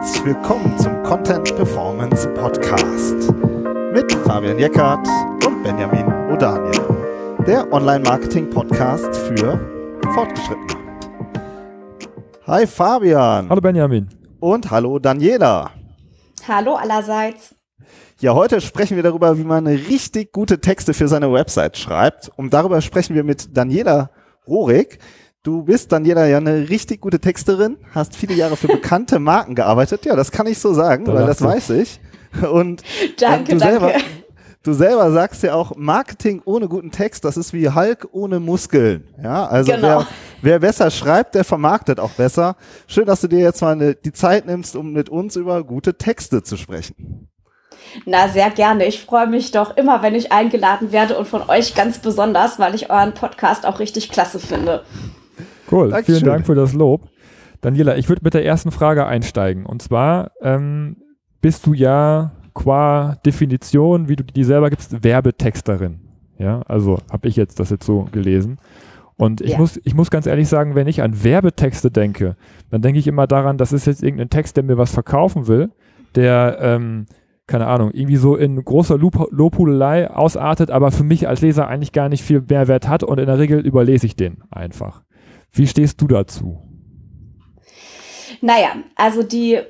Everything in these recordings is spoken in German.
herzlich willkommen zum Content Performance Podcast mit Fabian Jeckert und Benjamin O'Daniel, der Online-Marketing-Podcast für Fortgeschrittene. Hi Fabian. Hallo Benjamin. Und hallo Daniela. Hallo allerseits. Ja, heute sprechen wir darüber, wie man richtig gute Texte für seine Website schreibt. Und darüber sprechen wir mit Daniela Rohrig. Du bist, Daniela, ja eine richtig gute Texterin, hast viele Jahre für bekannte Marken gearbeitet. Ja, das kann ich so sagen, weil das weiß ich. Und danke. Du selber sagst ja auch, Marketing ohne guten Text, das ist wie Hulk ohne Muskeln. Ja, also genau. wer besser schreibt, der vermarktet auch besser. Schön, dass du dir jetzt mal die Zeit nimmst, um mit uns über gute Texte zu sprechen. Na, sehr gerne. Ich freue mich doch immer, wenn ich eingeladen werde und von euch ganz besonders, weil ich euren Podcast auch richtig klasse finde. Cool, Dankeschön. Vielen Dank für das Lob. Daniela, ich würde mit der ersten Frage einsteigen. Und zwar bist du ja qua Definition, wie du die selber gibst, Werbetexterin. Ja, also habe ich das jetzt so gelesen. Und ich muss ganz ehrlich sagen, wenn ich an Werbetexte denke, dann denke ich immer daran, das ist jetzt irgendein Text, der mir was verkaufen will, der, keine Ahnung, irgendwie so in großer Lobhudelei ausartet, aber für mich als Leser eigentlich gar nicht viel Mehrwert hat und in der Regel überlese ich den einfach. Wie stehst du dazu? Naja, also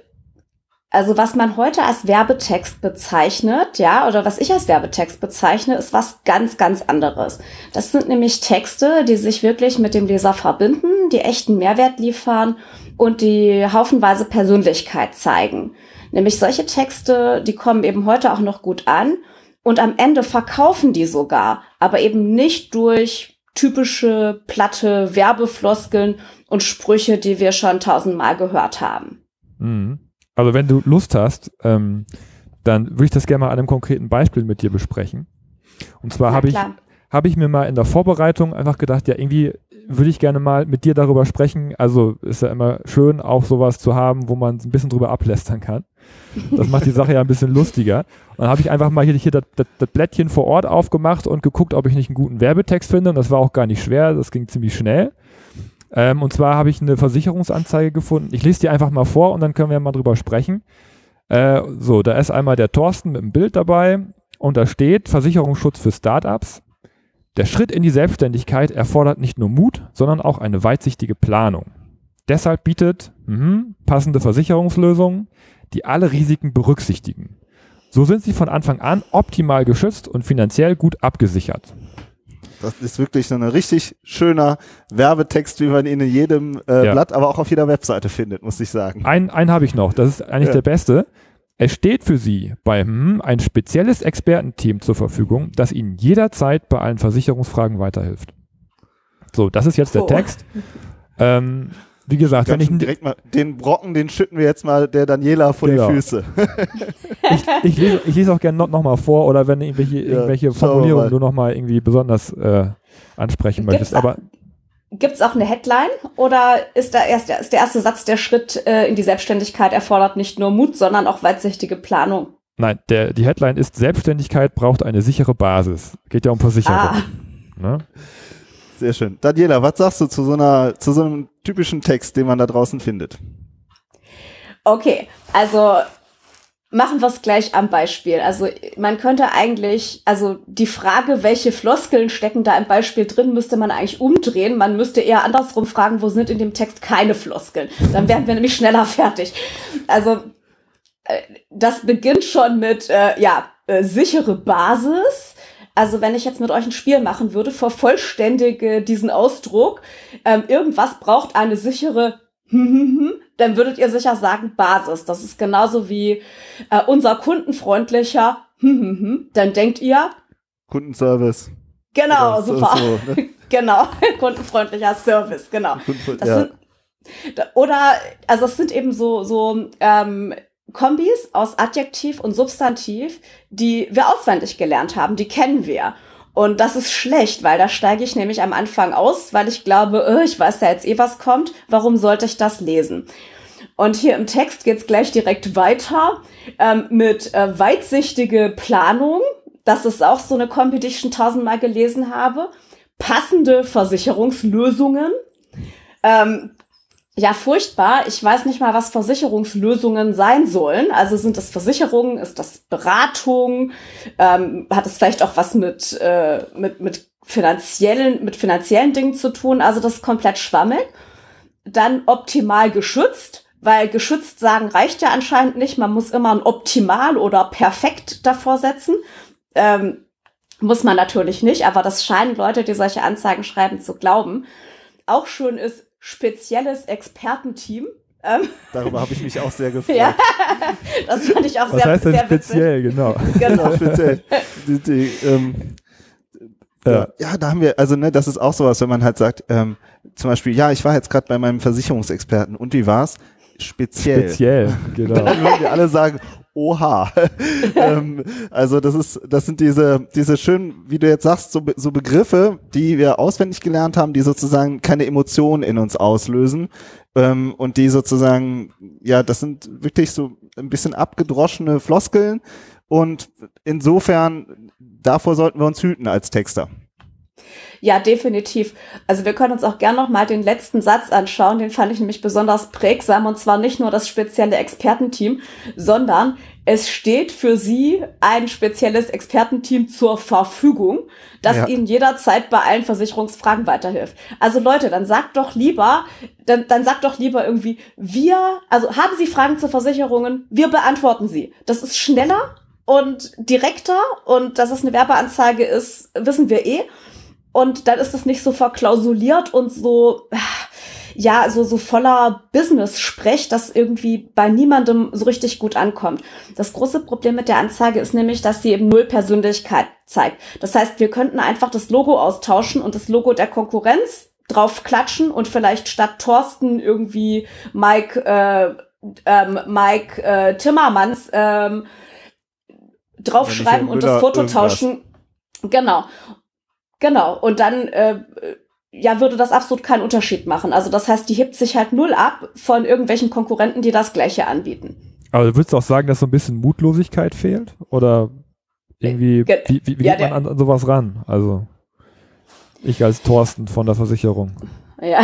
was man heute als Werbetext bezeichnet, ja, oder was ich als Werbetext bezeichne, ist was ganz, ganz anderes. Das sind nämlich Texte, die sich wirklich mit dem Leser verbinden, die echten Mehrwert liefern und die haufenweise Persönlichkeit zeigen. Nämlich solche Texte, die kommen eben heute auch noch gut an und am Ende verkaufen die sogar, aber eben nicht durch typische platte Werbefloskeln und Sprüche, die wir schon 1000-mal gehört haben. Also wenn du Lust hast, dann würde ich das gerne mal an einem konkreten Beispiel mit dir besprechen. Und zwar habe ich mir mal in der Vorbereitung einfach gedacht, ja, irgendwie würde ich gerne mal mit dir darüber sprechen. Also ist ja immer schön, auch sowas zu haben, wo man ein bisschen drüber ablästern kann. Das macht die Sache ja ein bisschen lustiger. Und dann habe ich einfach mal hier das Blättchen vor Ort aufgemacht und geguckt, ob ich nicht einen guten Werbetext finde. Und das war auch gar nicht schwer, das ging ziemlich schnell. Und zwar habe ich eine Versicherungsanzeige gefunden. Ich lese die einfach mal vor und dann können wir mal drüber sprechen. Da ist einmal der Thorsten mit einem Bild dabei und da steht Versicherungsschutz für Startups. Der Schritt in die Selbstständigkeit erfordert nicht nur Mut, sondern auch eine weitsichtige Planung. Deshalb bietet passende Versicherungslösungen, die alle Risiken berücksichtigen. So sind sie von Anfang an optimal geschützt und finanziell gut abgesichert. Das ist wirklich so ein richtig schöner Werbetext, wie man ihn in jedem Blatt, aber auch auf jeder Webseite findet, muss ich sagen. Einen habe ich noch, das ist eigentlich der beste. Es steht für Sie bei ein spezielles Expertenteam zur Verfügung, das Ihnen jederzeit bei allen Versicherungsfragen weiterhilft. So, das ist jetzt der Text. Wie gesagt, wenn ich direkt mal den Brocken, den schütten wir jetzt mal der Daniela vor die Füße. ich lese auch gerne noch mal vor oder wenn irgendwelche Formulierungen du noch mal irgendwie besonders ansprechen möchtest. Gibt's auch eine Headline oder ist der erste Satz, der Schritt in die Selbstständigkeit erfordert nicht nur Mut, sondern auch weitsichtige Planung? Nein, die Headline ist Selbstständigkeit braucht eine sichere Basis. Geht ja um Versicherung. Ne? Sehr schön. Daniela, was sagst du zu so einem typischen Text, den man da draußen findet? Okay, also machen wir es gleich am Beispiel. Also man könnte die Frage, welche Floskeln stecken da im Beispiel drin, müsste man eigentlich umdrehen. Man müsste eher andersrum fragen, wo sind in dem Text keine Floskeln? Dann wären wir nämlich schneller fertig. Also das beginnt schon mit sichere Basis. Also wenn ich jetzt mit euch ein Spiel machen würde, vervollständige diesen Ausdruck, irgendwas braucht eine sichere dann würdet ihr sicher sagen Basis. Das ist genauso wie unser kundenfreundlicher dann denkt ihr Kundenservice. Genau, super. So, ne? Genau, kundenfreundlicher Service, genau. Es sind eben so Kombis aus Adjektiv und Substantiv, die wir auswendig gelernt haben, die kennen wir. Und das ist schlecht, weil da steige ich nämlich am Anfang aus, weil ich glaube, ich weiß ja jetzt was kommt, warum sollte ich das lesen? Und hier im Text geht's gleich direkt weiter mit weitsichtige Planung. Das ist auch so eine Kombi, die ich schon 1000-mal gelesen habe. Passende Versicherungslösungen. Ja, furchtbar. Ich weiß nicht mal, was Versicherungslösungen sein sollen. Also sind das Versicherungen, ist das Beratung? Hat es vielleicht auch was mit finanziellen Dingen zu tun? Also das ist komplett schwammig. Dann optimal geschützt, weil geschützt sagen reicht ja anscheinend nicht. Man muss immer ein optimal oder perfekt davor setzen. Muss man natürlich nicht, aber das scheinen Leute, die solche Anzeigen schreiben, zu glauben. Auch schön ist spezielles Expertenteam. Darüber habe ich mich auch sehr gefreut. Ja, das fand ich auch Was heißt denn speziell, genau. Genau, speziell. Ja, da haben wir, also ne, das ist auch sowas, wenn man halt sagt, zum Beispiel, ja, ich war jetzt gerade bei meinem Versicherungsexperten und wie war's? Speziell, genau. Dann würden wir alle sagen, oha. Also das sind diese schönen, wie du jetzt sagst, so Begriffe, die wir auswendig gelernt haben, die sozusagen keine Emotionen in uns auslösen, und die sozusagen, ja, das sind wirklich so ein bisschen abgedroschene Floskeln, und insofern, davor sollten wir uns hüten als Texter. Ja, definitiv. Also wir können uns auch gern noch mal den letzten Satz anschauen, den fand ich nämlich besonders prägsam, und zwar nicht nur das spezielle Expertenteam, sondern es steht für Sie ein spezielles Expertenteam zur Verfügung, das Ihnen jederzeit bei allen Versicherungsfragen weiterhilft. Also Leute, dann sagt doch lieber irgendwie, also haben Sie Fragen zu Versicherungen, wir beantworten sie. Das ist schneller und direkter, und dass es eine Werbeanzeige ist, wissen wir eh. Und dann ist es nicht so verklausuliert und so, ja, so voller Business-Sprech, das irgendwie bei niemandem so richtig gut ankommt. Das große Problem mit der Anzeige ist nämlich, dass sie eben null Persönlichkeit zeigt. Das heißt, wir könnten einfach das Logo austauschen und das Logo der Konkurrenz drauf klatschen und vielleicht statt Thorsten irgendwie Mike Timmermans draufschreiben und das Foto tauschen. Genau, und dann würde das absolut keinen Unterschied machen. Also das heißt, die hebt sich halt null ab von irgendwelchen Konkurrenten, die das Gleiche anbieten. Aber würdest du auch sagen, dass so ein bisschen Mutlosigkeit fehlt? Oder irgendwie, wie geht man an sowas ran? Also ich als Thorsten von der Versicherung. Ja.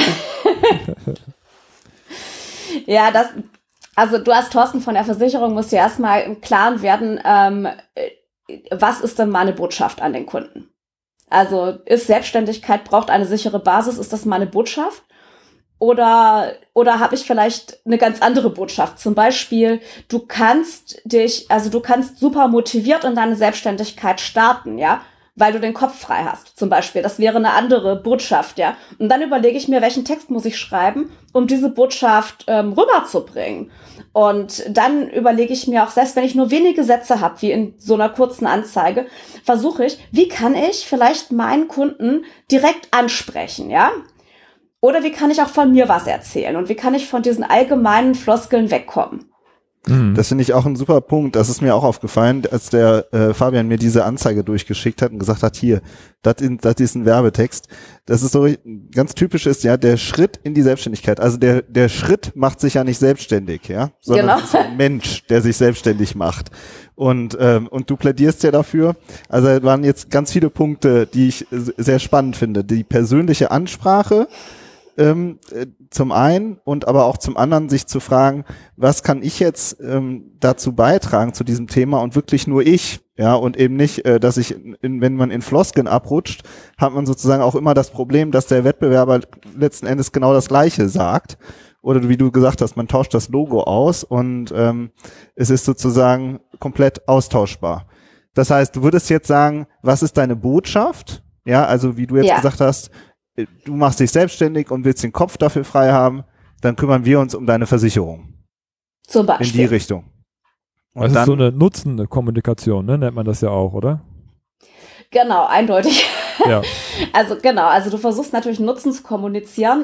Ja, also du als Thorsten von der Versicherung musst dir erstmal im Klaren werden, was ist denn meine Botschaft an den Kunden? Also ist Selbstständigkeit, braucht eine sichere Basis, ist das meine Botschaft? Oder habe ich vielleicht eine ganz andere Botschaft? Zum Beispiel, du kannst super motiviert in deine Selbstständigkeit starten, ja, weil du den Kopf frei hast, zum Beispiel. Das wäre eine andere Botschaft, ja. Und dann überlege ich mir, welchen Text muss ich schreiben, um diese Botschaft rüberzubringen. Und dann überlege ich mir auch, selbst wenn ich nur wenige Sätze habe, wie in so einer kurzen Anzeige, versuche ich, wie kann ich vielleicht meinen Kunden direkt ansprechen, ja? Oder wie kann ich auch von mir was erzählen? Und wie kann ich von diesen allgemeinen Floskeln wegkommen? Das finde ich auch ein super Punkt. Das ist mir auch aufgefallen, als der Fabian mir diese Anzeige durchgeschickt hat und gesagt hat, hier, das ist ein Werbetext. Das ist so ganz typisch ist, ja, der Schritt in die Selbstständigkeit. Also der Schritt macht sich ja nicht selbstständig, ja, sondern ist ein Mensch, der sich selbstständig macht. Und du plädierst ja dafür. Also es waren jetzt ganz viele Punkte, die ich sehr spannend finde. Die persönliche Ansprache, zum einen, und aber auch zum anderen sich zu fragen, was kann ich jetzt dazu beitragen zu diesem Thema, und wirklich nur ich, ja, und eben nicht, dass wenn man in Floskeln abrutscht, hat man sozusagen auch immer das Problem, dass der Wettbewerber letzten Endes genau das Gleiche sagt, oder wie du gesagt hast, man tauscht das Logo aus und es ist sozusagen komplett austauschbar. Das heißt, du würdest jetzt sagen, was ist deine Botschaft? Ja, also wie du jetzt gesagt hast, du machst dich selbstständig und willst den Kopf dafür frei haben, dann kümmern wir uns um deine Versicherung. Zum Beispiel. In die Richtung. Und das ist so eine nutzende Kommunikation, ne? Nennt man das ja auch, oder? Genau, eindeutig. Ja. Also du versuchst natürlich Nutzen zu kommunizieren.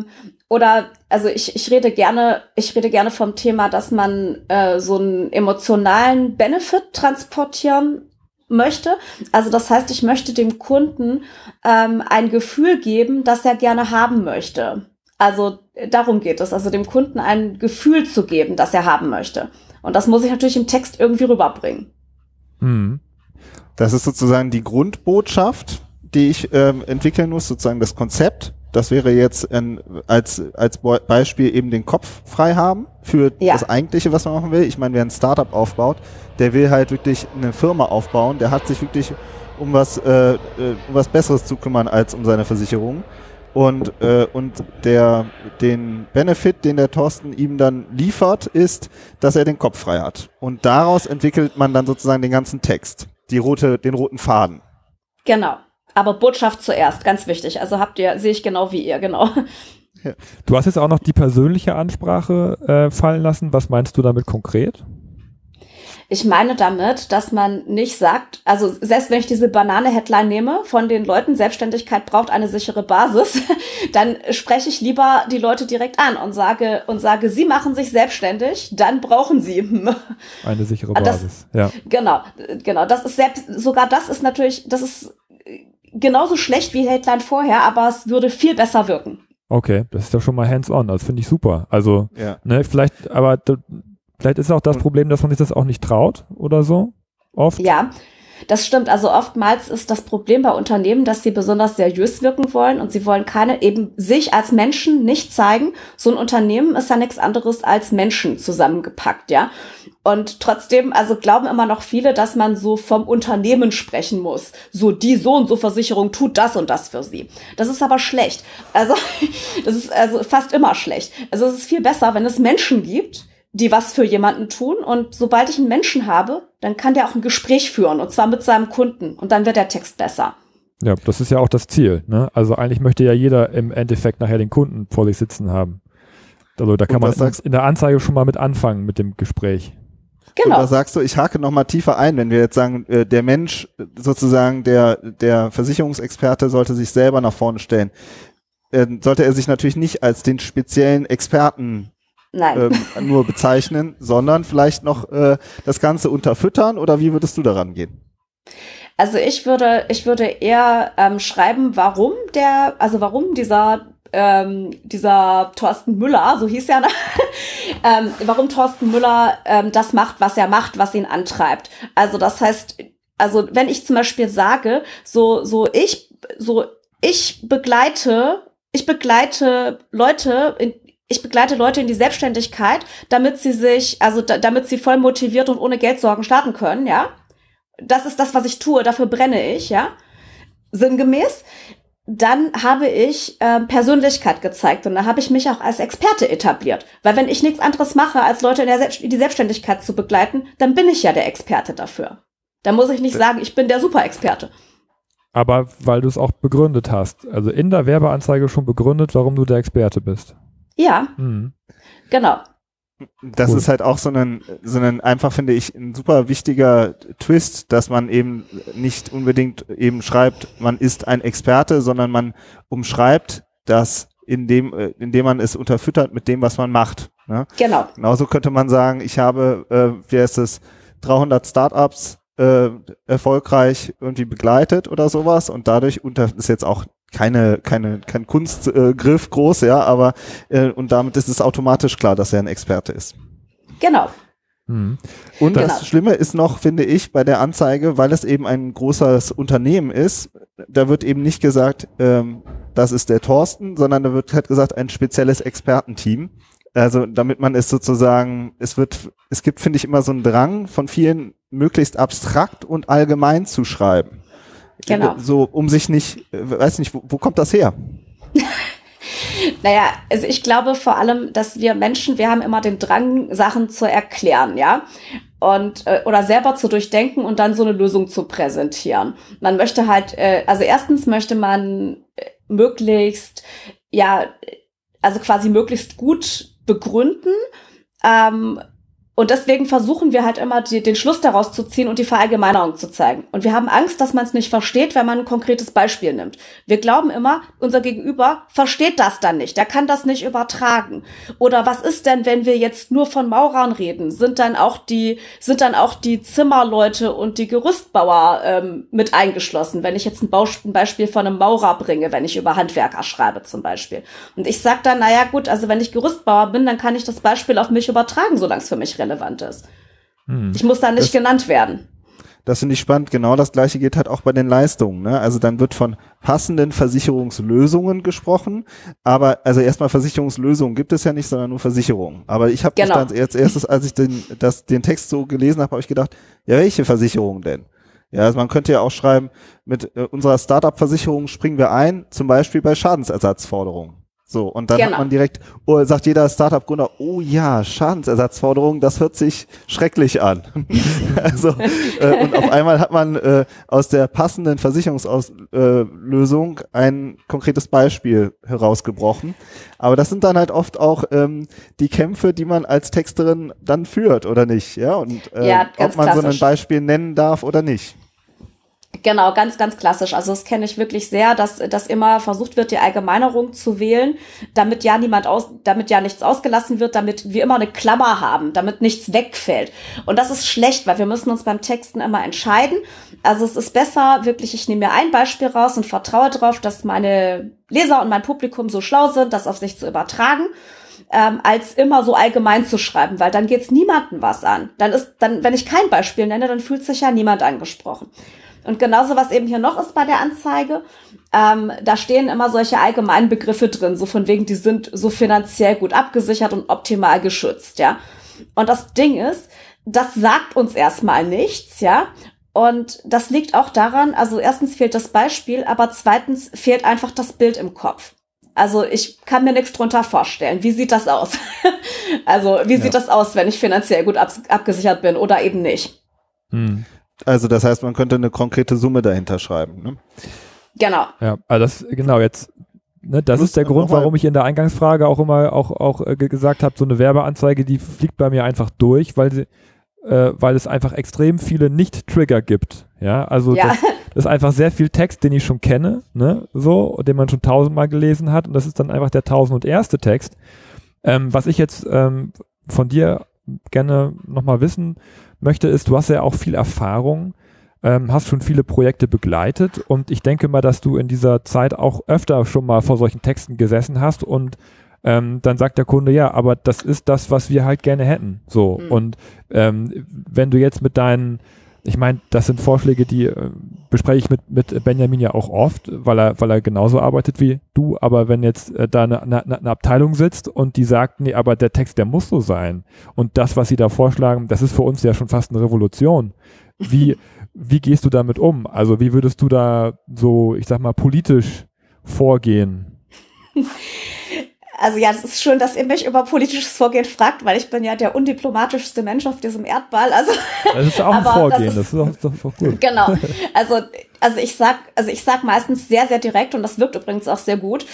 Ich rede gerne vom Thema, dass man so einen emotionalen Benefit transportieren möchte. Also das heißt, ich möchte dem Kunden ein Gefühl geben, das er gerne haben möchte. Also darum geht es, also dem Kunden ein Gefühl zu geben, das er haben möchte. Und das muss ich natürlich im Text irgendwie rüberbringen. Das ist sozusagen die Grundbotschaft, die ich entwickeln muss, sozusagen das Konzept. Das wäre jetzt als Beispiel eben den Kopf frei haben für das Eigentliche, was man machen will. Ich meine, wer ein Startup aufbaut, der will halt wirklich eine Firma aufbauen, der hat sich wirklich um was Besseres zu kümmern als um seine Versicherung. Und den Benefit, den der Thorsten ihm dann liefert, ist, dass er den Kopf frei hat. Und daraus entwickelt man dann sozusagen den ganzen Text, den roten Faden. Genau. Aber Botschaft zuerst, ganz wichtig. Also sehe ich genau wie ihr, genau. Ja. Du hast jetzt auch noch die persönliche Ansprache fallen lassen. Was meinst du damit konkret? Ich meine damit, dass man nicht sagt, also selbst wenn ich diese Banane-Headline nehme von den Leuten, Selbstständigkeit braucht eine sichere Basis, dann spreche ich lieber die Leute direkt an und sage, sie machen sich selbstständig, dann brauchen sie eine sichere Basis. Ja. Genau. Das ist das ist genauso schlecht wie die Headline vorher, aber es würde viel besser wirken. Okay, das ist ja schon mal hands-on, das finde ich super. Also, vielleicht ist auch das Problem, dass man sich das auch nicht traut oder so, oft. Ja, das stimmt. Also oftmals ist das Problem bei Unternehmen, dass sie besonders seriös wirken wollen und sie wollen sich als Menschen nicht zeigen. So ein Unternehmen ist ja nichts anderes als Menschen zusammengepackt, ja. Und trotzdem, also glauben immer noch viele, dass man so vom Unternehmen sprechen muss. So die so und so Versicherung tut das und das für sie. Das ist aber schlecht. Also das ist also fast immer schlecht. Also es ist viel besser, wenn es Menschen gibt, die was für jemanden tun. Und sobald ich einen Menschen habe, dann kann der auch ein Gespräch führen, und zwar mit seinem Kunden. Und dann wird der Text besser. Ja, das ist ja auch das Ziel, ne? Also eigentlich möchte ja jeder im Endeffekt nachher den Kunden vor sich sitzen haben. Also da kann man in der Anzeige schon mal mit anfangen mit dem Gespräch. Genau. Und da sagst du, ich hake noch mal tiefer ein, wenn wir jetzt sagen, der Mensch sozusagen, der Versicherungsexperte sollte sich selber nach vorne stellen. Sollte er sich natürlich nicht als den speziellen Experten nur bezeichnen, sondern vielleicht noch das Ganze unterfüttern, oder wie würdest du daran gehen? Also ich würde eher schreiben, warum dieser Thorsten Müller, so hieß er, ne? Warum Thorsten Müller das macht, was er macht, was ihn antreibt. Also das heißt, also wenn ich zum Beispiel sage, ich begleite Leute in die Selbstständigkeit, damit sie voll motiviert und ohne Geldsorgen starten können, ja. Das ist das, was ich tue, dafür brenne ich, ja. Sinngemäß. Dann habe ich Persönlichkeit gezeigt und dann habe ich mich auch als Experte etabliert. Weil wenn ich nichts anderes mache, als Leute in die Selbstständigkeit zu begleiten, dann bin ich ja der Experte dafür. Da muss ich nicht sagen, ich bin der Superexperte. Aber weil du es auch begründet hast, also in der Werbeanzeige schon begründet, warum du der Experte bist. Ja, genau. Das ist halt auch so ein einfach, finde ich, ein super wichtiger Twist, dass man eben nicht unbedingt eben schreibt, man ist ein Experte, sondern man umschreibt das, indem man es unterfüttert mit dem, was man macht. Ne? Genau. Genauso könnte man sagen, ich habe, 300 Startups erfolgreich irgendwie begleitet oder sowas, und dadurch ist jetzt auch kein Kunstgriff groß, ja, aber und damit ist es automatisch klar, dass er ein Experte ist. Genau. Und das Schlimme ist noch, finde ich, bei der Anzeige, weil es eben ein großes Unternehmen ist, da wird eben nicht gesagt, das ist der Thorsten, sondern da wird halt gesagt, ein spezielles Expertenteam. Also damit man es sozusagen, es gibt, finde ich, immer so einen Drang von vielen, möglichst abstrakt und allgemein zu schreiben. Genau. So, um sich nicht, weiß nicht, wo kommt das her? Naja, also ich glaube vor allem, dass wir Menschen, wir haben immer den Drang, Sachen zu erklären, ja, und oder selber zu durchdenken und dann so eine Lösung zu präsentieren. Man möchte halt, also erstens möchte man möglichst gut begründen, und deswegen versuchen wir halt immer den Schluss daraus zu ziehen und die Verallgemeinerung zu zeigen. Und wir haben Angst, dass man es nicht versteht, wenn man ein konkretes Beispiel nimmt. Wir glauben immer, unser Gegenüber versteht das dann nicht. Der kann das nicht übertragen. Oder was ist denn, wenn wir jetzt nur von Maurern reden? Sind dann auch die Zimmerleute und die Gerüstbauer mit eingeschlossen? Wenn ich jetzt ein Beispiel von einem Maurer bringe, wenn ich über Handwerker schreibe zum Beispiel. Und ich sage dann, naja gut, also wenn ich Gerüstbauer bin, dann kann ich das Beispiel auf mich übertragen, solange es für mich relevant ist. Ich muss da nicht genannt werden. Das finde ich spannend. Genau das Gleiche geht halt auch bei den Leistungen. Ne? Also dann wird von passenden Versicherungslösungen gesprochen. Aber also erstmal Versicherungslösungen gibt es ja nicht, sondern nur Versicherungen. Aber ich habe dann als erstes, als ich den Text so gelesen habe, habe ich gedacht, ja, welche Versicherung denn? Ja, also man könnte ja auch schreiben, mit unserer Startup-Versicherung springen wir ein, zum Beispiel bei Schadensersatzforderungen. So, und dann hat man direkt, sagt jeder Startup-Gründer, oh ja, Schadensersatzforderung, das hört sich schrecklich an. Also, und auf einmal hat man aus der passenden Versicherungslösung ein konkretes Beispiel herausgebrochen. Aber das sind dann halt oft auch die Kämpfe, die man als Texterin dann führt, oder nicht? Ja, und ob man so ein Beispiel nennen darf oder nicht. Genau, ganz, ganz klassisch. Also das kenne ich wirklich sehr, dass immer versucht wird, die Allgemeinerung zu wählen, damit ja nichts ausgelassen wird, damit wir immer eine Klammer haben, damit nichts wegfällt. Und das ist schlecht, weil wir müssen uns beim Texten immer entscheiden. Also es ist besser, wirklich, ich nehme mir ein Beispiel raus und vertraue darauf, dass meine Leser und mein Publikum so schlau sind, das auf sich zu übertragen, als immer so allgemein zu schreiben, weil dann geht's niemandem was an. Dann, wenn ich kein Beispiel nenne, dann fühlt sich ja niemand angesprochen. Und genauso, was eben hier noch ist bei der Anzeige, da stehen immer solche allgemeinen Begriffe drin, so von wegen, die sind so finanziell gut abgesichert und optimal geschützt, ja. Und das Ding ist, das sagt uns erstmal nichts, ja. Und das liegt auch daran, also erstens fehlt das Beispiel, aber zweitens fehlt einfach das Bild im Kopf. Also ich kann mir nichts drunter vorstellen. Wie sieht das aus? Also wie sieht das aus, wenn ich finanziell gut abgesichert bin oder eben nicht? Also das heißt, man könnte eine konkrete Summe dahinter schreiben, ne? Genau. Ja, also das ist der Grund, warum ich in der Eingangsfrage auch immer gesagt habe, so eine Werbeanzeige, die fliegt bei mir einfach durch, weil es einfach extrem viele Nicht-Trigger gibt. Ja, also das ist einfach sehr viel Text, den ich schon kenne, ne, so, den man schon 1000-mal gelesen hat, und das ist dann einfach der 1001. Text. Was ich jetzt von dir gerne nochmal wissen möchte, ist, du hast ja auch viel Erfahrung, hast schon viele Projekte begleitet, und ich denke mal, dass du in dieser Zeit auch öfter schon mal vor solchen Texten gesessen hast, und dann sagt der Kunde, ja, aber das ist das, was wir halt gerne hätten. So. Und wenn du jetzt mit deinen, ich meine, das sind Vorschläge, die bespreche ich mit Benjamin ja auch oft, weil er genauso arbeitet wie du, aber wenn jetzt da eine Abteilung sitzt und die sagt, nee, aber der Text, der muss so sein, und das, was sie da vorschlagen, das ist für uns ja schon fast eine Revolution. Wie gehst du damit um? Also wie würdest du da so, ich sag mal, politisch vorgehen? Also ja, es ist schön, dass ihr mich über politisches Vorgehen fragt, weil ich bin ja der undiplomatischste Mensch auf diesem Erdball. Also das ist auch ein Vorgehen, das ist doch gut. Genau. Also ich sag meistens sehr, sehr direkt, und das wirkt übrigens auch sehr gut.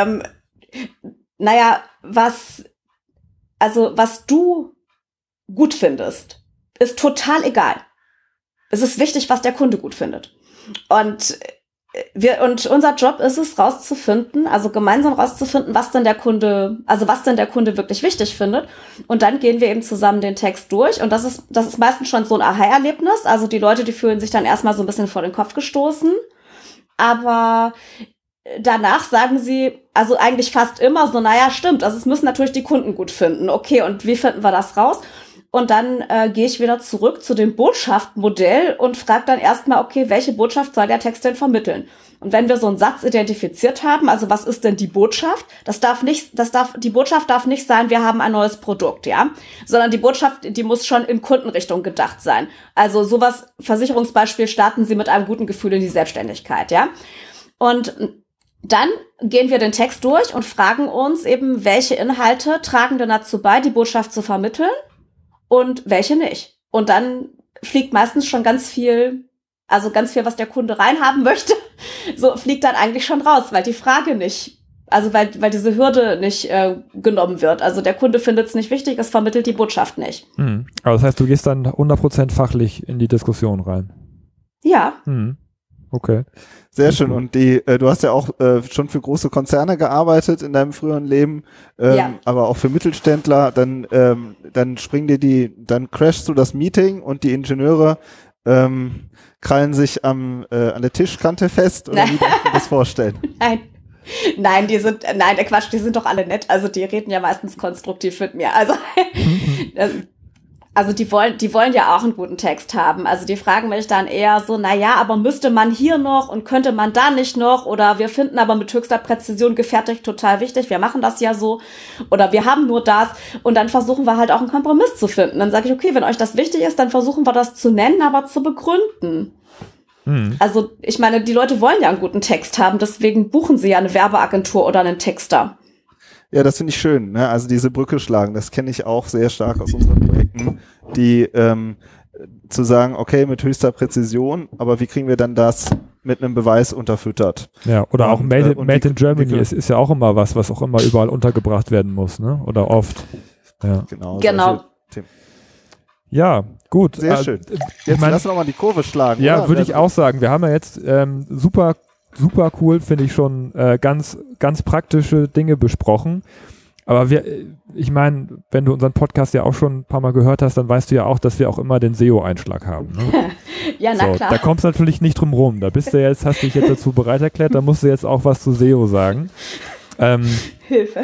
Was du gut findest, ist total egal. Es ist wichtig, was der Kunde gut findet. Und unser Job ist es, gemeinsam rauszufinden, was denn der Kunde wirklich wichtig findet. Und dann gehen wir eben zusammen den Text durch. Und das ist meistens schon so ein Aha-Erlebnis. Also die Leute, die fühlen sich dann erstmal so ein bisschen vor den Kopf gestoßen. Aber danach sagen sie, also eigentlich fast immer so, naja, stimmt. Also es müssen natürlich die Kunden gut finden. Okay, und wie finden wir das raus? Und dann gehe ich wieder zurück zu dem Botschaftmodell und frage dann erstmal, okay, welche Botschaft soll der Text denn vermitteln? Und wenn wir so einen Satz identifiziert haben, also was ist denn die Botschaft? Die Botschaft darf nicht sein, wir haben ein neues Produkt, ja? Sondern die Botschaft, die muss schon in Kundenrichtung gedacht sein. Also sowas, Versicherungsbeispiel, starten Sie mit einem guten Gefühl in die Selbstständigkeit, ja? Und dann gehen wir den Text durch und fragen uns eben, welche Inhalte tragen denn dazu bei, die Botschaft zu vermitteln? Und welche nicht. Und dann fliegt meistens schon ganz viel, was der Kunde reinhaben möchte, so fliegt dann eigentlich schon raus, weil die Frage nicht, also weil diese Hürde nicht genommen wird. Also der Kunde findet es nicht wichtig, es vermittelt die Botschaft nicht. Aber das heißt, du gehst dann 100% fachlich in die Diskussion rein? Ja. Okay. Sehr schön. Und du hast ja auch schon für große Konzerne gearbeitet in deinem früheren Leben, aber auch für Mittelständler. Dann crashst du das Meeting und die Ingenieure krallen sich an der Tischkante fest, oder wie darf ich mir das vorstellen? Nein, die sind doch alle nett. Also die reden ja meistens konstruktiv mit mir. Also Also die wollen ja auch einen guten Text haben. Also die fragen mich dann eher so, aber müsste man hier noch und könnte man da nicht noch? Oder wir finden aber mit höchster Präzision gefertigt total wichtig. Wir machen das ja so. Oder wir haben nur das. Und dann versuchen wir halt auch einen Kompromiss zu finden. Dann sage ich, okay, wenn euch das wichtig ist, dann versuchen wir das zu nennen, aber zu begründen. Also ich meine, die Leute wollen ja einen guten Text haben. Deswegen buchen sie ja eine Werbeagentur oder einen Texter. Ja, das finde ich schön, ne? Also diese Brücke schlagen, das kenne ich auch sehr stark aus unseren Projekten, die zu sagen, okay, mit höchster Präzision, aber wie kriegen wir dann das mit einem Beweis unterfüttert? Ja, oder auch Made in Germany ist ja auch immer was auch immer überall untergebracht werden muss, ne? Oder oft. Ja. Genau. Ja, gut. Sehr schön. Jetzt lass noch mal die Kurve schlagen. Ja, würde ich auch sagen. Wir haben ja jetzt super cool, finde ich schon, ganz praktische Dinge besprochen. Aber ich meine, wenn du unseren Podcast ja auch schon ein paar Mal gehört hast, dann weißt du ja auch, dass wir auch immer den SEO-Einschlag haben. Ne? Ja, na klar. Da kommst du natürlich nicht drum rum. Da hast dich jetzt dazu bereit erklärt, da musst du jetzt auch was zu SEO sagen. Hilfe.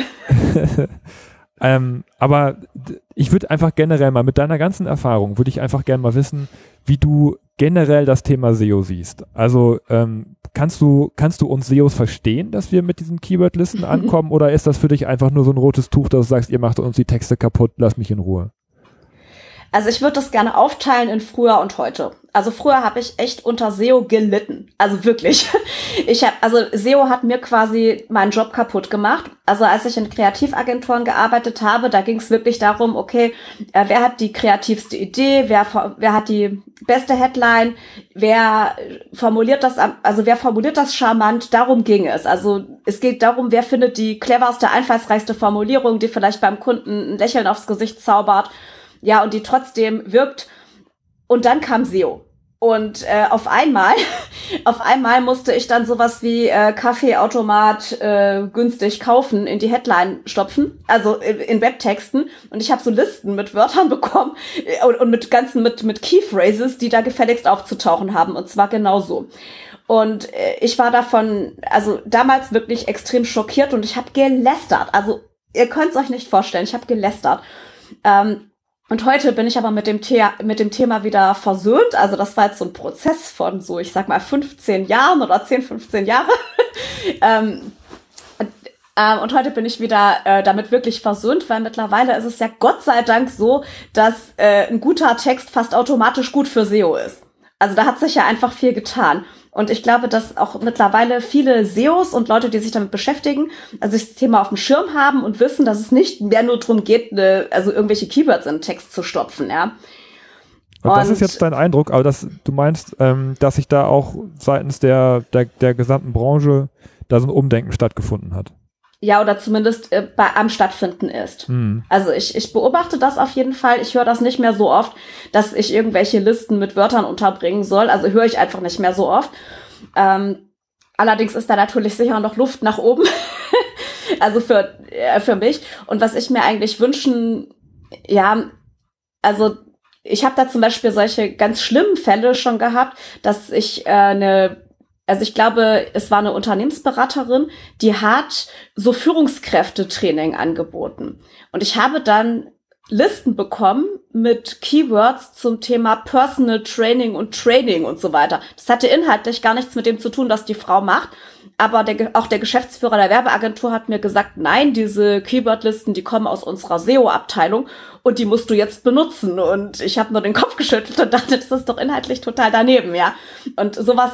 Aber ich würde einfach generell mal mit deiner ganzen Erfahrung, würde ich einfach gerne mal wissen, wie du generell das Thema SEO siehst. Also kannst du uns SEOs verstehen, dass wir mit diesen Keywordlisten ankommen, oder ist das für dich einfach nur so ein rotes Tuch, dass du sagst, ihr macht uns die Texte kaputt, lass mich in Ruhe? Also ich würde das gerne aufteilen in früher und heute. Also früher habe ich echt unter SEO gelitten. Also wirklich. SEO hat mir quasi meinen Job kaputt gemacht. Also als ich in Kreativagenturen gearbeitet habe, da ging es wirklich darum, okay, wer hat die kreativste Idee, wer hat die beste Headline, wer formuliert das charmant, darum ging es. Also es geht darum, wer findet die cleverste, einfallsreichste Formulierung, die vielleicht beim Kunden ein Lächeln aufs Gesicht zaubert. Ja, und die trotzdem wirkt. Und dann kam SEO. Und auf einmal musste ich dann sowas wie Kaffeeautomat günstig kaufen in die Headline stopfen, also in Webtexten. Und ich habe so Listen mit Wörtern bekommen und mit Keyphrases, die da gefälligst aufzutauchen haben. Und zwar genauso. Und ich war davon, also damals wirklich extrem schockiert und ich habe gelästert. Also ihr könnt es euch nicht vorstellen, ich habe gelästert. Und heute bin ich aber mit dem Thema wieder versöhnt. Also das war jetzt so ein Prozess von so, ich sag mal, 15 Jahren oder 10, 15 Jahre. Und heute bin ich wieder damit wirklich versöhnt, weil mittlerweile ist es ja Gott sei Dank so, dass ein guter Text fast automatisch gut für SEO ist. Also da hat sich ja einfach viel getan. Und ich glaube, dass auch mittlerweile viele SEOs und Leute, die sich damit beschäftigen, also das Thema auf dem Schirm haben und wissen, dass es nicht mehr nur darum geht, also irgendwelche Keywords in den Text zu stopfen, ja. Und das ist jetzt dein Eindruck, aber du meinst, dass sich da auch seitens der gesamten Branche da so ein Umdenken stattgefunden hat? Ja, oder zumindest am Stattfinden ist. Also ich beobachte das auf jeden Fall. Ich höre das nicht mehr so oft, dass ich irgendwelche Listen mit Wörtern unterbringen soll. Also höre ich einfach nicht mehr so oft. Allerdings ist da natürlich sicher noch Luft nach oben. Also für mich. Und was ich mir eigentlich wünschen, ja, also ich habe da zum Beispiel solche ganz schlimmen Fälle schon gehabt, dass ich ich glaube, es war eine Unternehmensberaterin, die hat so Führungskräftetraining angeboten. Und ich habe dann Listen bekommen mit Keywords zum Thema Personal Training und Training und so weiter. Das hatte inhaltlich gar nichts mit dem zu tun, was die Frau macht. Aber auch der Geschäftsführer der Werbeagentur hat mir gesagt, nein, diese Keywordlisten, die kommen aus unserer SEO-Abteilung und die musst du jetzt benutzen. Und ich habe nur den Kopf geschüttelt und dachte, das ist doch inhaltlich total daneben, ja. Und sowas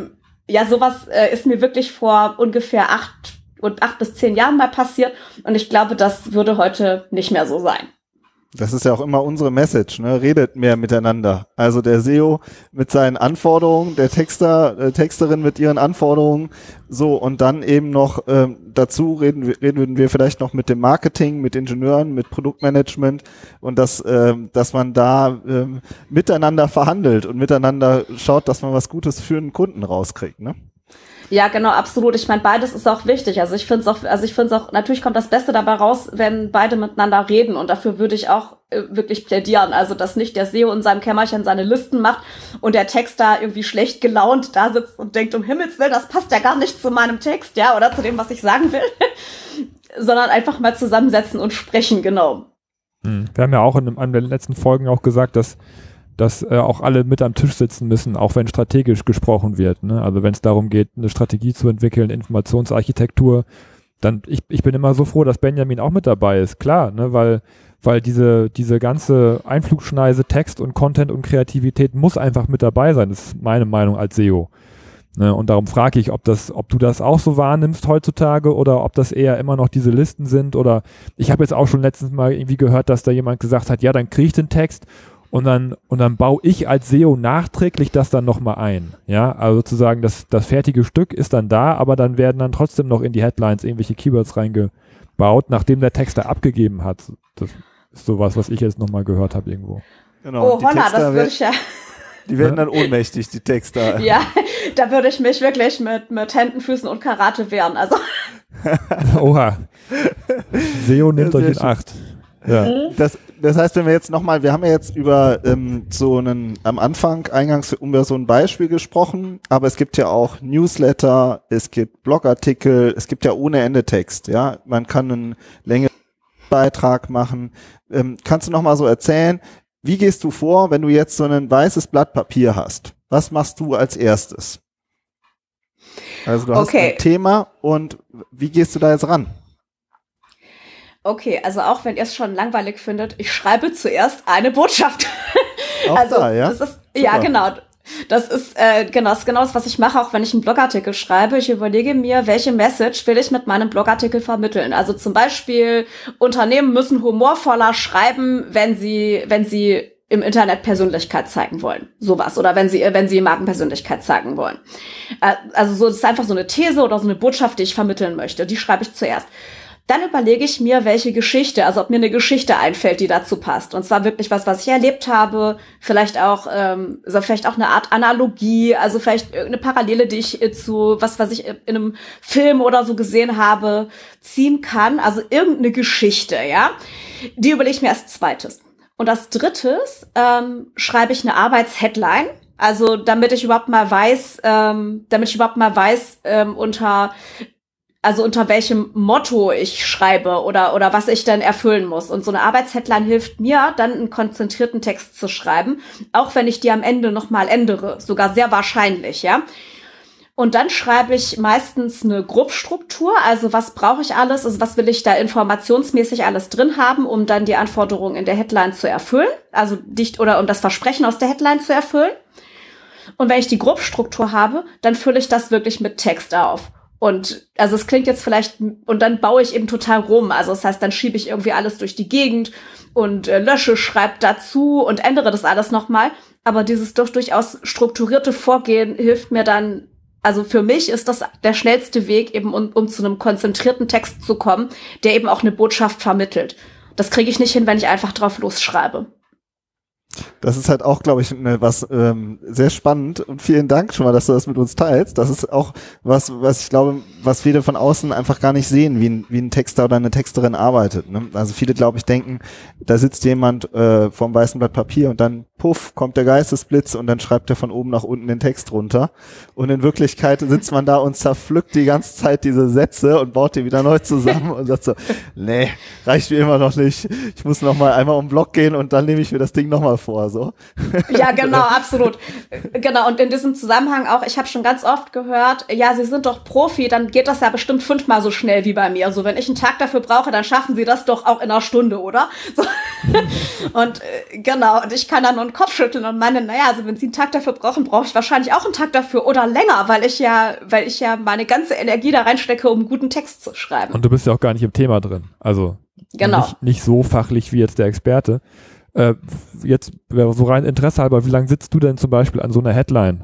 ist mir wirklich vor ungefähr 8 bis 10 Jahren mal passiert. Und ich glaube, das würde heute nicht mehr so sein. Das ist ja auch immer unsere Message, ne? Redet mehr miteinander. Also der SEO mit seinen Anforderungen, der Texterin mit ihren Anforderungen, so, und dann eben noch dazu reden wir vielleicht noch mit dem Marketing, mit Ingenieuren, mit Produktmanagement, und dass man da miteinander verhandelt und miteinander schaut, dass man was Gutes für einen Kunden rauskriegt, ne? Ja, genau, absolut. Ich meine, beides ist auch wichtig. Also ich finde es auch, natürlich kommt das Beste dabei raus, wenn beide miteinander reden, und dafür würde ich auch wirklich plädieren. Also, dass nicht der SEO in seinem Kämmerchen seine Listen macht und der Texter irgendwie schlecht gelaunt da sitzt und denkt, um Himmels Willen, das passt ja gar nicht zu meinem Text, ja, oder zu dem, was ich sagen will, sondern einfach mal zusammensetzen und sprechen, genau. Wir haben ja auch in den letzten Folgen auch gesagt, dass auch alle mit am Tisch sitzen müssen, auch wenn strategisch gesprochen wird. Ne? Also wenn es darum geht, eine Strategie zu entwickeln, Informationsarchitektur, dann ich bin immer so froh, dass Benjamin auch mit dabei ist, klar, ne? weil diese ganze Einflugschneise Text und Content und Kreativität muss einfach mit dabei sein. Das ist meine Meinung als SEO. Ne? Und darum frage ich, ob du das auch so wahrnimmst heutzutage oder ob das eher immer noch diese Listen sind, oder ich habe jetzt auch schon letztens mal irgendwie gehört, dass da jemand gesagt hat, ja, dann kriege ich den Text und dann baue ich als SEO nachträglich das dann nochmal ein. Ja, also sozusagen das fertige Stück ist dann da, aber dann werden dann trotzdem noch in die Headlines irgendwelche Keywords reingebaut, nachdem der Texter abgegeben hat. Das ist sowas, was ich jetzt nochmal gehört habe irgendwo. Genau. Oh, holla, das würde ich ja... Die werden dann ohnmächtig, die Texter. Ja, da würde ich mich wirklich mit Händen, Füßen und Karate wehren. Also. Oha. SEO nimmt euch in Acht. Ja. Das heißt, wenn wir jetzt nochmal, wir haben ja jetzt über am Anfang eingangs über so ein Beispiel gesprochen, aber es gibt ja auch Newsletter, es gibt Blogartikel, es gibt ja ohne Ende Text, ja. Man kann einen längeren Beitrag machen. Kannst du nochmal so erzählen, wie gehst du vor, wenn du jetzt so ein weißes Blatt Papier hast? Was machst du als erstes? Also du hast ein Thema und wie gehst du da jetzt ran? Okay, also auch wenn ihr es schon langweilig findet, ich schreibe zuerst eine Botschaft. Auch also, da, ja? Das ist, ja, genau. Das ist genau das, was ich mache, auch wenn ich einen Blogartikel schreibe. Ich überlege mir, welche Message will ich mit meinem Blogartikel vermitteln. Also zum Beispiel, Unternehmen müssen humorvoller schreiben, wenn sie im Internet Persönlichkeit zeigen wollen. Sowas. Oder wenn sie Markenpersönlichkeit zeigen wollen. Also so, das ist einfach so eine These oder so eine Botschaft, die ich vermitteln möchte. Die schreibe ich zuerst. Dann überlege ich mir, welche Geschichte, also ob mir eine Geschichte einfällt, die dazu passt. Und zwar wirklich was ich erlebt habe, vielleicht auch eine Art Analogie, also vielleicht eine Parallele, die ich zu was ich in einem Film oder so gesehen habe, ziehen kann. Also irgendeine Geschichte, ja. Die überlege ich mir als zweites. Und als drittes schreibe ich eine Arbeitsheadline. Also damit ich überhaupt mal weiß, unter welchem Motto ich schreibe oder was ich dann erfüllen muss. Und so eine Arbeitsheadline hilft mir, dann einen konzentrierten Text zu schreiben, auch wenn ich die am Ende nochmal ändere. Sogar sehr wahrscheinlich, ja. Und dann schreibe ich meistens eine Grobstruktur, also was brauche ich alles, also was will ich da informationsmäßig alles drin haben, um dann die Anforderungen in der Headline zu erfüllen, also um das Versprechen aus der Headline zu erfüllen. Und wenn ich die Grobstruktur habe, dann fülle ich das wirklich mit Text auf. Und also es klingt jetzt vielleicht, und dann baue ich eben total rum. Also das heißt, dann schiebe ich irgendwie alles durch die Gegend und lösche, schreibe dazu und ändere das alles nochmal. Aber dieses durchaus strukturierte Vorgehen hilft mir dann, also für mich ist das der schnellste Weg, eben um zu einem konzentrierten Text zu kommen, der eben auch eine Botschaft vermittelt. Das kriege ich nicht hin, wenn ich einfach drauf losschreibe. Das ist halt auch, glaube ich, was sehr spannend, und vielen Dank schon mal, dass du das mit uns teilst. Das ist auch was ich glaube, was viele von außen einfach gar nicht sehen, wie ein Texter oder eine Texterin arbeitet. Ne? Also viele, glaube ich, denken, da sitzt jemand vorm weißen Blatt Papier und dann puff, kommt der Geistesblitz und dann schreibt er von oben nach unten den Text runter. Und in Wirklichkeit sitzt man da und zerpflückt die ganze Zeit diese Sätze und baut die wieder neu zusammen und sagt so, nee, reicht mir immer noch nicht. Ich muss noch mal einmal um den Block gehen und dann nehme ich mir das Ding noch mal vor, so. Ja, genau, absolut. Genau, und in diesem Zusammenhang auch, ich habe schon ganz oft gehört, ja, Sie sind doch Profi, dann geht das ja bestimmt 5-mal so schnell wie bei mir. Also wenn ich einen Tag dafür brauche, dann schaffen Sie das doch auch in einer Stunde, oder? So. Und genau, und ich kann dann nur den Kopf schütteln und meine, naja, also wenn Sie einen Tag dafür brauchen, brauche ich wahrscheinlich auch einen Tag dafür oder länger, weil ich ja meine ganze Energie da reinstecke, um einen guten Text zu schreiben. Und du bist ja auch gar nicht im Thema drin. Also genau. Nicht so fachlich wie jetzt der Experte. Jetzt wäre so rein Interesse halber, wie lange sitzt du denn zum Beispiel an so einer Headline?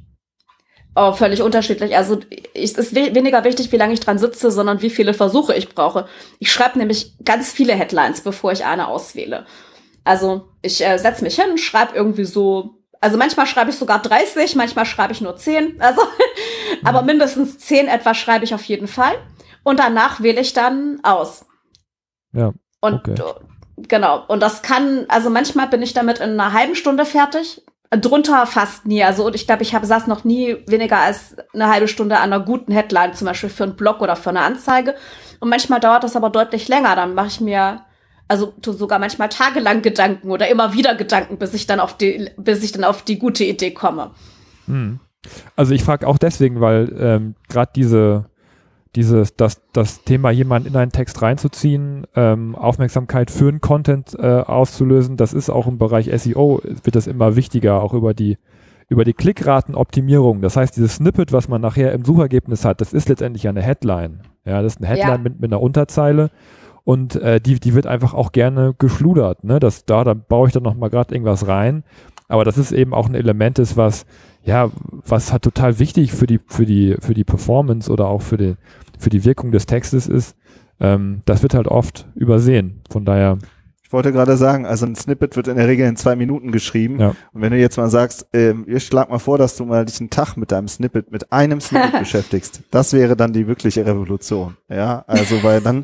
Oh, völlig unterschiedlich. Also es ist weniger wichtig, wie lange ich dran sitze, sondern wie viele Versuche ich brauche. Ich schreibe nämlich ganz viele Headlines, bevor ich eine auswähle. Also ich setze mich hin, schreibe irgendwie so, also manchmal schreibe ich sogar 30, manchmal schreibe ich nur 10, also aber mindestens 10 etwa schreibe ich auf jeden Fall. Und danach wähle ich dann aus. Ja, und okay. Genau. Und das kann, also manchmal bin ich damit in einer halben Stunde fertig. Drunter fast nie. Also ich glaube, saß noch nie weniger als eine halbe Stunde an einer guten Headline, zum Beispiel für einen Blog oder für eine Anzeige. Und manchmal dauert das aber deutlich länger. Dann mache ich mir also sogar manchmal tagelang Gedanken oder immer wieder Gedanken, bis ich dann auf die gute Idee komme. Also ich frage auch deswegen, weil gerade das Thema, jemanden in einen Text reinzuziehen, Aufmerksamkeit für einen Content auszulösen, das ist auch im Bereich SEO, wird das immer wichtiger, auch über die Klickratenoptimierung. Das heißt, dieses Snippet, was man nachher im Suchergebnis hat, das ist letztendlich eine Headline. Ja, das ist eine Headline mit einer Unterzeile und die wird einfach auch gerne geschludert. Ne? Da baue ich dann nochmal gerade irgendwas rein. Aber das ist eben auch ein Element, was halt total wichtig für die Performance oder auch für die Wirkung des Textes ist. Das wird halt oft übersehen. Von daher. Ich wollte gerade sagen, also ein Snippet wird in der Regel in 2 Minuten geschrieben. Ja. Und wenn du jetzt mal sagst, ich schlag mal vor, dass du mal dich einen Tag mit einem Snippet beschäftigst, das wäre dann die wirkliche Revolution. Ja, also weil dann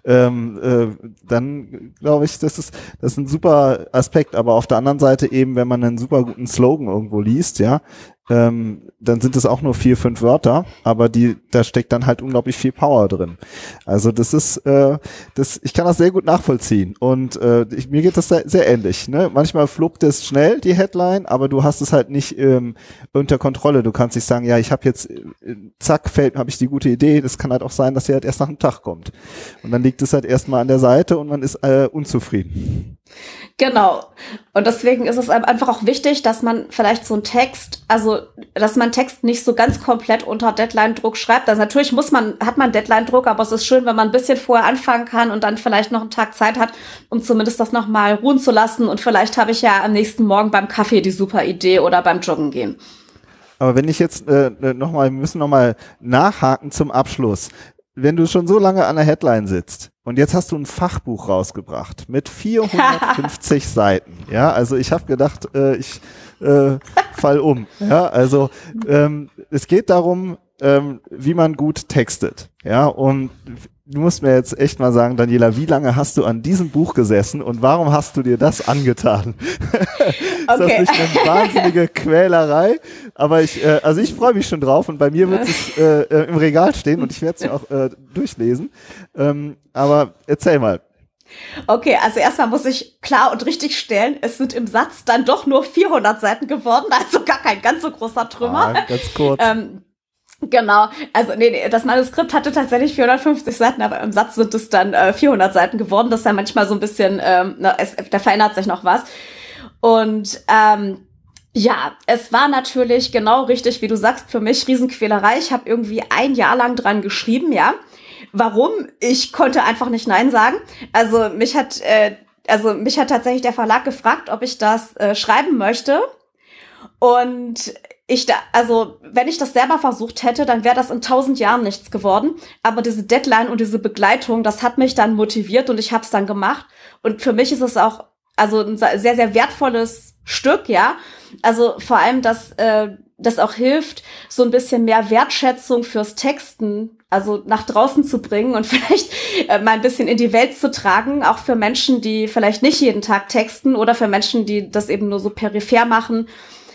glaube ich, das ist ein super Aspekt. Aber auf der anderen Seite eben, wenn man einen super guten Slogan irgendwo liest, ja, dann sind es auch nur 4, 5 Wörter, aber da steckt dann halt unglaublich viel Power drin. Also das ist, ich kann das sehr gut nachvollziehen und mir geht das sehr ähnlich. Ne? Manchmal fluppt es schnell, die Headline, aber du hast es halt nicht unter Kontrolle. Du kannst nicht sagen, ja, ich habe jetzt, zack, habe ich die gute Idee. Das kann halt auch sein, dass sie halt erst nach einem Tag kommt. Und dann liegt es halt erstmal an der Seite und man ist unzufrieden. Genau. Und deswegen ist es einfach auch wichtig, dass man vielleicht so einen Text, also dass man Text nicht so ganz komplett unter Deadline-Druck schreibt. Also natürlich hat man Deadline-Druck, aber es ist schön, wenn man ein bisschen vorher anfangen kann und dann vielleicht noch einen Tag Zeit hat, um zumindest das nochmal ruhen zu lassen. Und vielleicht habe ich ja am nächsten Morgen beim Kaffee die super Idee oder beim Joggen gehen. Aber wenn ich jetzt wir müssen nochmal nachhaken zum Abschluss. Wenn du schon so lange an der Headline sitzt und jetzt hast du ein Fachbuch rausgebracht mit 450 Seiten, ja, also ich habe gedacht, ich fall um, ja, also es geht darum, wie man gut textet, ja, und du musst mir jetzt echt mal sagen, Daniela, wie lange hast du an diesem Buch gesessen und warum hast du dir das angetan? Ist das nicht eine wahnsinnige Quälerei? Aber ich freue mich schon drauf und bei mir wird es im Regal stehen und ich werde es ja auch durchlesen. Aber erzähl mal. Okay, also erstmal muss ich klar und richtig stellen, es sind im Satz dann doch nur 400 Seiten geworden, also gar kein ganz so großer Trümmer. Ganz kurz. Genau, also nee, das Manuskript hatte tatsächlich 450 Seiten, aber im Satz sind es dann 400 Seiten geworden. Das ist ja manchmal so ein bisschen, da verändert sich noch was. Und ja, es war natürlich genau richtig, wie du sagst, für mich Riesenquälerei. Ich habe irgendwie 1 Jahr lang dran geschrieben, ja. Warum? Ich konnte einfach nicht Nein sagen. Also mich hat tatsächlich der Verlag gefragt, ob ich das schreiben möchte. Und wenn ich das selber versucht hätte, dann wäre das in 1000 Jahren nichts geworden. Aber diese Deadline und diese Begleitung, das hat mich dann motiviert und ich habe es dann gemacht. Und für mich ist es auch ein sehr, sehr wertvolles Stück, ja. Also vor allem, dass das auch hilft, so ein bisschen mehr Wertschätzung fürs Texten, also nach draußen zu bringen und vielleicht mal ein bisschen in die Welt zu tragen, auch für Menschen, die vielleicht nicht jeden Tag texten oder für Menschen, die das eben nur so peripher machen.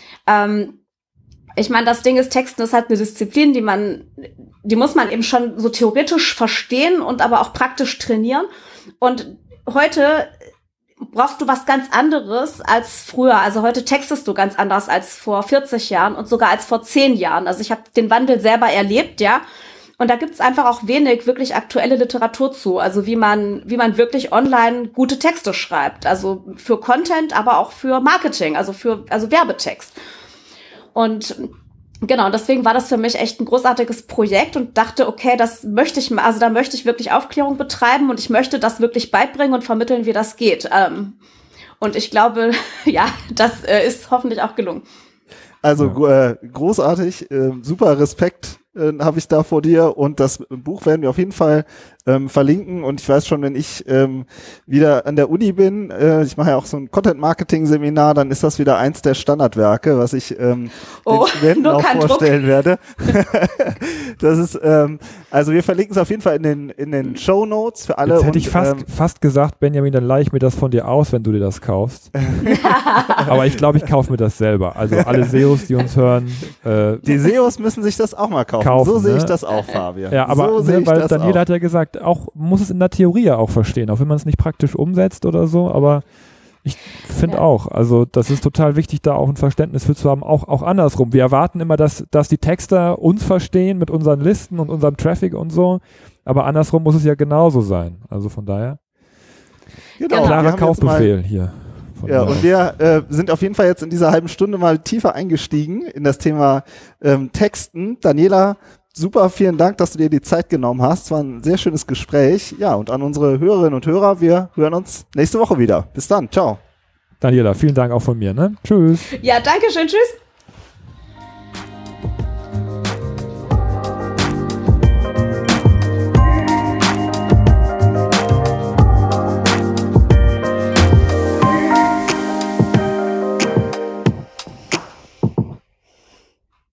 Ich meine, das Ding ist, Texten ist halt eine Disziplin, die muss man eben schon so theoretisch verstehen und aber auch praktisch trainieren. Und heute brauchst du was ganz anderes als früher. Also heute textest du ganz anders als vor 40 Jahren und sogar als vor 10 Jahren. Also ich habe den Wandel selber erlebt, ja. Und da gibt's einfach auch wenig wirklich aktuelle Literatur zu. Also wie man wirklich online gute Texte schreibt. Also für Content, aber auch für Marketing, also Werbetext. Und genau, deswegen war das für mich echt ein großartiges Projekt und dachte, okay, da möchte ich wirklich Aufklärung betreiben und ich möchte das wirklich beibringen und vermitteln, wie das geht. Und ich glaube, ja, das ist hoffentlich auch gelungen. Also großartig, super Respekt habe ich da vor dir und das Buch werden wir auf jeden Fall verlinken und ich weiß schon, wenn ich wieder an der Uni bin, ich mache ja auch so ein Content-Marketing-Seminar, dann ist das wieder eins der Standardwerke, was ich den Studenten auch vorstellen werde. Das ist, also wir verlinken es auf jeden Fall in den Shownotes für alle. Jetzt hätte ich fast gesagt, Benjamin, dann leihe ich mir das von dir aus, wenn du dir das kaufst. Aber ich glaube, ich kaufe mir das selber. Also alle SEOs, die uns hören. Die SEOs müssen sich das auch mal kaufen. kaufen. So sehe ich das auch, Fabian. Ja, aber so weil Daniela hat ja gesagt, auch muss es in der Theorie ja auch verstehen, auch wenn man es nicht praktisch umsetzt oder so, aber ich finde auch, also das ist total wichtig, da auch ein Verständnis für zu haben, auch andersrum. Wir erwarten immer, dass die Texter uns verstehen mit unseren Listen und unserem Traffic und so, aber andersrum muss es ja genauso sein. Also von daher, klarer Kaufbefehl hier. Ja, und wir sind auf jeden Fall jetzt in dieser halben Stunde mal tiefer eingestiegen in das Thema Texten. Daniela, super, vielen Dank, dass du dir die Zeit genommen hast. War ein sehr schönes Gespräch. Ja, und an unsere Hörerinnen und Hörer, wir hören uns nächste Woche wieder. Bis dann, ciao. Daniela, vielen Dank auch von mir, ne? Tschüss. Ja, danke schön, tschüss.